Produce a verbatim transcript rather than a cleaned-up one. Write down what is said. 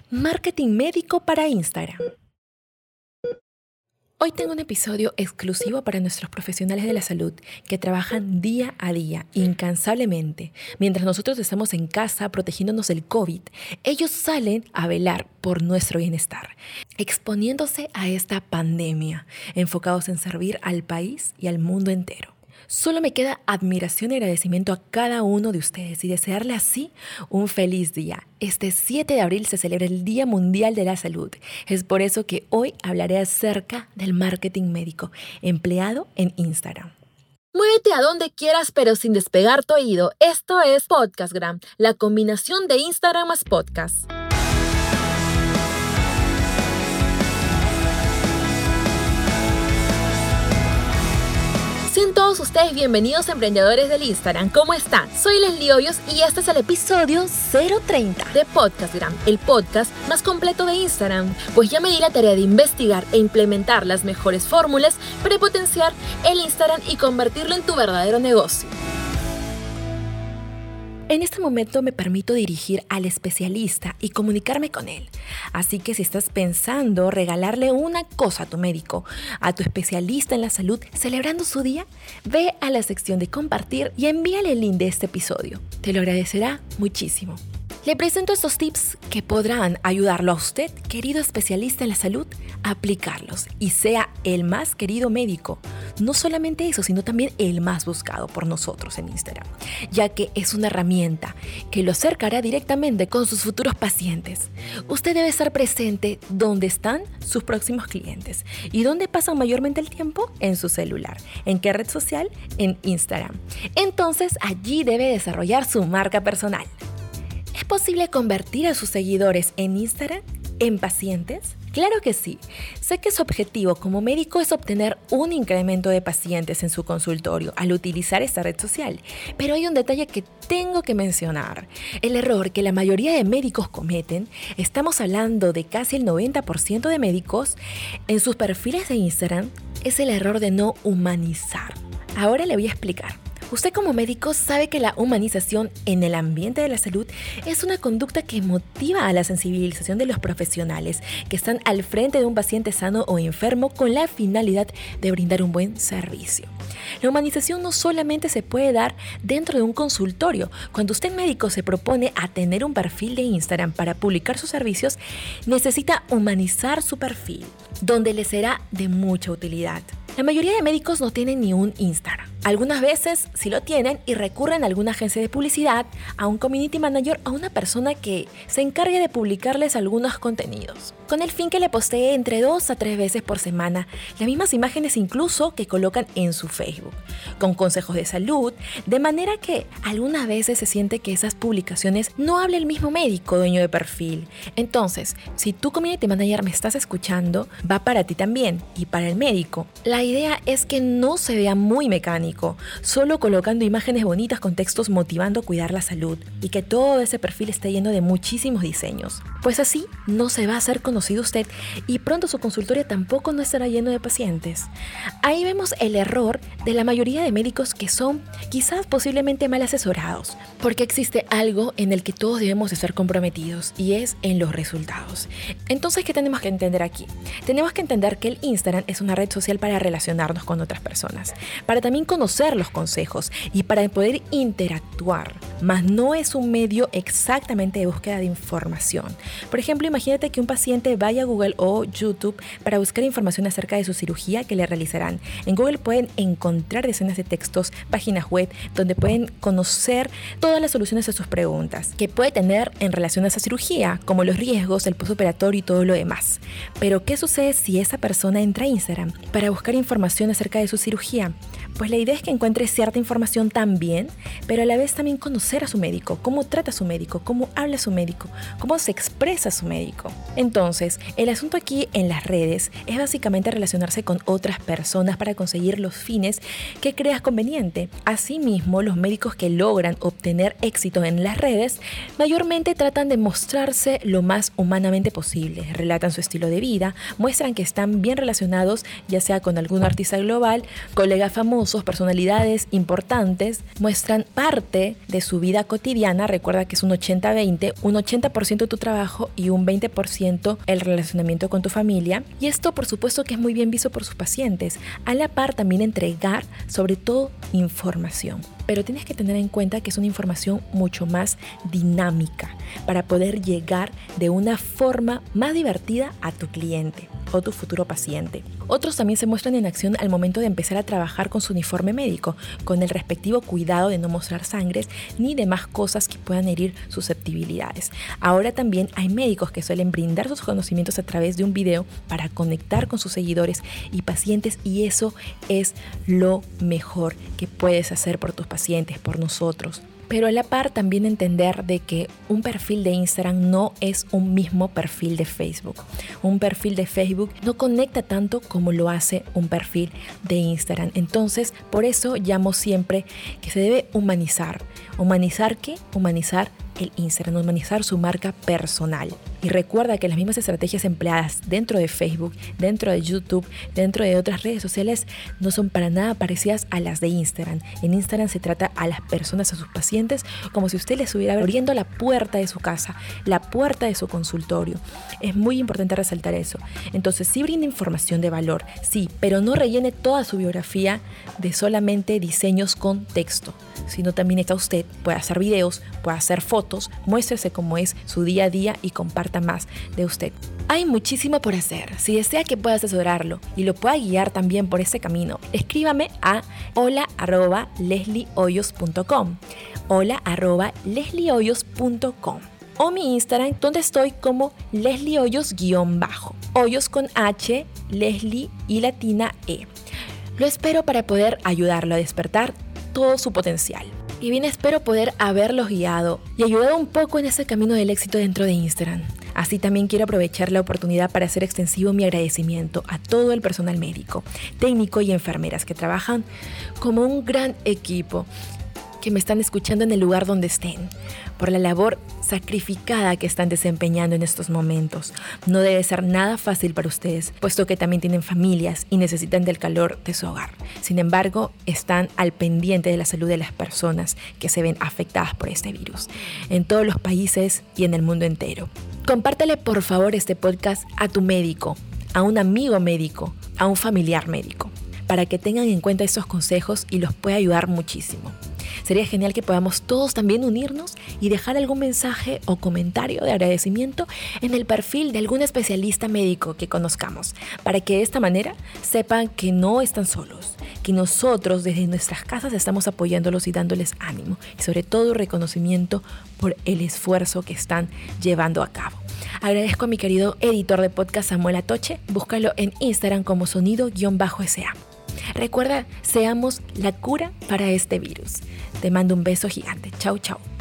Marketing médico para Instagram. Hoy tengo un episodio exclusivo para nuestros profesionales de la salud que trabajan día a día, incansablemente. Mientras nosotros estamos en casa protegiéndonos del COVID, ellos salen a velar por nuestro bienestar, exponiéndose a esta pandemia, enfocados en servir al país y al mundo entero. Solo me queda admiración y agradecimiento a cada uno de ustedes y desearle así un feliz día. Este siete de abril se celebra el Día Mundial de la Salud. Es por eso que hoy hablaré acerca del marketing médico empleado en Instagram. Muévete a donde quieras, pero sin despegar tu oído. Esto es Podcastgram, la combinación de Instagram más podcast. Sean todos ustedes bienvenidos, emprendedores del Instagram. ¿Cómo están? Soy Leslie Hoyos y este es el episodio cero treinta de Podcastgram, el podcast más completo de Instagram. Pues ya me di la tarea de investigar e implementar las mejores fórmulas para potenciar el Instagram y convertirlo en tu verdadero negocio. En este momento me permito dirigir al especialista y comunicarme con él. Así que si estás pensando regalarle una cosa a tu médico, a tu especialista en la salud, celebrando su día, ve a la sección de compartir y envíale el link de este episodio. Te lo agradecerá muchísimo. Le presento estos tips que podrán ayudarlo a usted, querido especialista en la salud, a aplicarlos y sea el más querido médico. No solamente eso, sino también el más buscado por nosotros en Instagram, ya que es una herramienta que lo acercará directamente con sus futuros pacientes. Usted debe estar presente donde están sus próximos clientes y dónde pasan mayormente el tiempo, en su celular. ¿En qué red social? En Instagram. Entonces allí debe desarrollar su marca personal. ¿Es posible convertir a sus seguidores en Instagram en pacientes? Claro que sí. Sé que su objetivo como médico es obtener un incremento de pacientes en su consultorio al utilizar esta red social. Pero hay un detalle que tengo que mencionar. El error que la mayoría de médicos cometen, estamos hablando de casi el noventa por ciento de médicos, en sus perfiles de Instagram, es el error de no humanizar. Ahora le voy a explicar. Usted como médico sabe que la humanización en el ambiente de la salud es una conducta que motiva a la sensibilización de los profesionales que están al frente de un paciente sano o enfermo con la finalidad de brindar un buen servicio. La humanización no solamente se puede dar dentro de un consultorio. Cuando usted médico se propone a tener un perfil de Instagram para publicar sus servicios, necesita humanizar su perfil, donde le será de mucha utilidad. La mayoría de médicos no tienen ni un Instagram. Algunas veces sí lo tienen y recurren a alguna agencia de publicidad, a un community manager o a una persona que se encargue de publicarles algunos contenidos, con el fin que le postee entre dos a tres veces por semana las mismas imágenes incluso que colocan en su Facebook, con consejos de salud, de manera que algunas veces se siente que esas publicaciones no habla el mismo médico dueño de perfil. Entonces, si tú community manager me estás escuchando, va para ti también y para el médico. La idea es que no se vea muy mecánico, solo colocando imágenes bonitas con textos motivando a cuidar la salud y que todo ese perfil esté lleno de muchísimos diseños. Pues así no se va a hacer conocido usted y pronto su consultorio tampoco no estará lleno de pacientes. Ahí vemos el error de la mayoría de médicos que son quizás posiblemente mal asesorados, porque existe algo en el que todos debemos estar comprometidos y es en los resultados. Entonces, ¿qué tenemos que entender aquí? Tenemos que entender que el Instagram es una red social para relacionarnos con otras personas, para también conocer los consejos y para poder interactuar, mas no es un medio exactamente de búsqueda de información. Por ejemplo, imagínate que un paciente vaya a Google o YouTube para buscar información acerca de su cirugía que le realizarán. En Google pueden encontrar decenas de textos, páginas web, donde pueden conocer todas las soluciones a sus preguntas que puede tener en relación a esa cirugía, como los riesgos, el postoperatorio y todo lo demás. Pero, ¿qué sucede si esa persona entra a Instagram para buscar información acerca de su cirugía? Pues la idea es que encuentre cierta información también, pero a la vez también conocer a su médico, cómo trata a su médico, cómo habla a su médico, cómo se expresa a su médico. Entonces, el asunto aquí en las redes es básicamente relacionarse con otras personas para conseguir los fines que creas conveniente. Asimismo, los médicos que logran obtener éxito en las redes mayormente tratan de mostrarse lo más humanamente posible. Relatan su estilo de vida, muestran que están bien relacionados, ya sea con algún artista global, colega famoso, famosos, personalidades importantes, muestran parte de su vida cotidiana. Recuerda que es un ochenta veinte, un ochenta por ciento tu trabajo y un veinte por ciento el relacionamiento con tu familia. Y esto, por supuesto, que es muy bien visto por sus pacientes. A la par, también entregar, sobre todo, información. Pero tienes que tener en cuenta que es una información mucho más dinámica para poder llegar de una forma más divertida a tu cliente o tu futuro paciente. Otros también se muestran en acción al momento de empezar a trabajar con su uniforme médico, con el respectivo cuidado de no mostrar sangres ni demás cosas que puedan herir susceptibilidades. Ahora también hay médicos que suelen brindar sus conocimientos a través de un video para conectar con sus seguidores y pacientes, y eso es lo mejor que puedes hacer por tus pacientes, por nosotros. Pero a la par también entender de que un perfil de Instagram no es un mismo perfil de Facebook. Un perfil de Facebook no conecta tanto como lo hace un perfil de Instagram. Entonces, por eso llamo siempre que se debe humanizar. ¿Humanizar qué? Humanizar el Instagram, humanizar su marca personal. Y recuerda que las mismas estrategias empleadas dentro de Facebook, dentro de YouTube, dentro de otras redes sociales no son para nada parecidas a las de Instagram. En Instagram se trata a las personas, a sus pacientes, como si usted les estuviera abriendo la puerta de su casa, la puerta de su consultorio. Es muy importante resaltar eso. Entonces, sí brinda información de valor, sí, pero no rellene toda su biografía de solamente diseños con texto, sino también está usted, puede hacer videos, puede hacer fotos, muéstrese cómo es su día a día y comparta más de usted. Hay muchísimo por hacer. Si desea que pueda asesorarlo y lo pueda guiar también por ese camino, escríbame a hola arroba leslie hoyos punto com, hola arroba leslie hoyos punto com, o mi Instagram, donde estoy como Leslie Hoyos guión bajo, Hoyos con H, Leslie y latina E. Lo espero para poder ayudarlo a despertar todo su potencial. Y bien, espero poder haberlos guiado y ayudado un poco en ese camino del éxito dentro de Instagram. Así también quiero aprovechar la oportunidad para hacer extensivo mi agradecimiento a todo el personal médico, técnico y enfermeras que trabajan como un gran equipo, que me están escuchando en el lugar donde estén, por la labor sacrificada que están desempeñando en estos momentos. No debe ser nada fácil para ustedes, puesto que también tienen familias y necesitan del calor de su hogar. Sin embargo, están al pendiente de la salud de las personas que se ven afectadas por este virus, en todos los países y en el mundo entero. Compártele por favor este podcast a tu médico, a un amigo médico, a un familiar médico, para que tengan en cuenta estos consejos y los pueda ayudar muchísimo. Sería genial que podamos todos también unirnos y dejar algún mensaje o comentario de agradecimiento en el perfil de algún especialista médico que conozcamos, para que de esta manera sepan que no están solos, que nosotros desde nuestras casas estamos apoyándolos y dándoles ánimo y sobre todo reconocimiento por el esfuerzo que están llevando a cabo. Agradezco a mi querido editor de podcast Samuel Atoche. Búscalo en Instagram como sonido-S A. Recuerda, seamos la cura para este virus. Te mando un beso gigante. Chau, chau.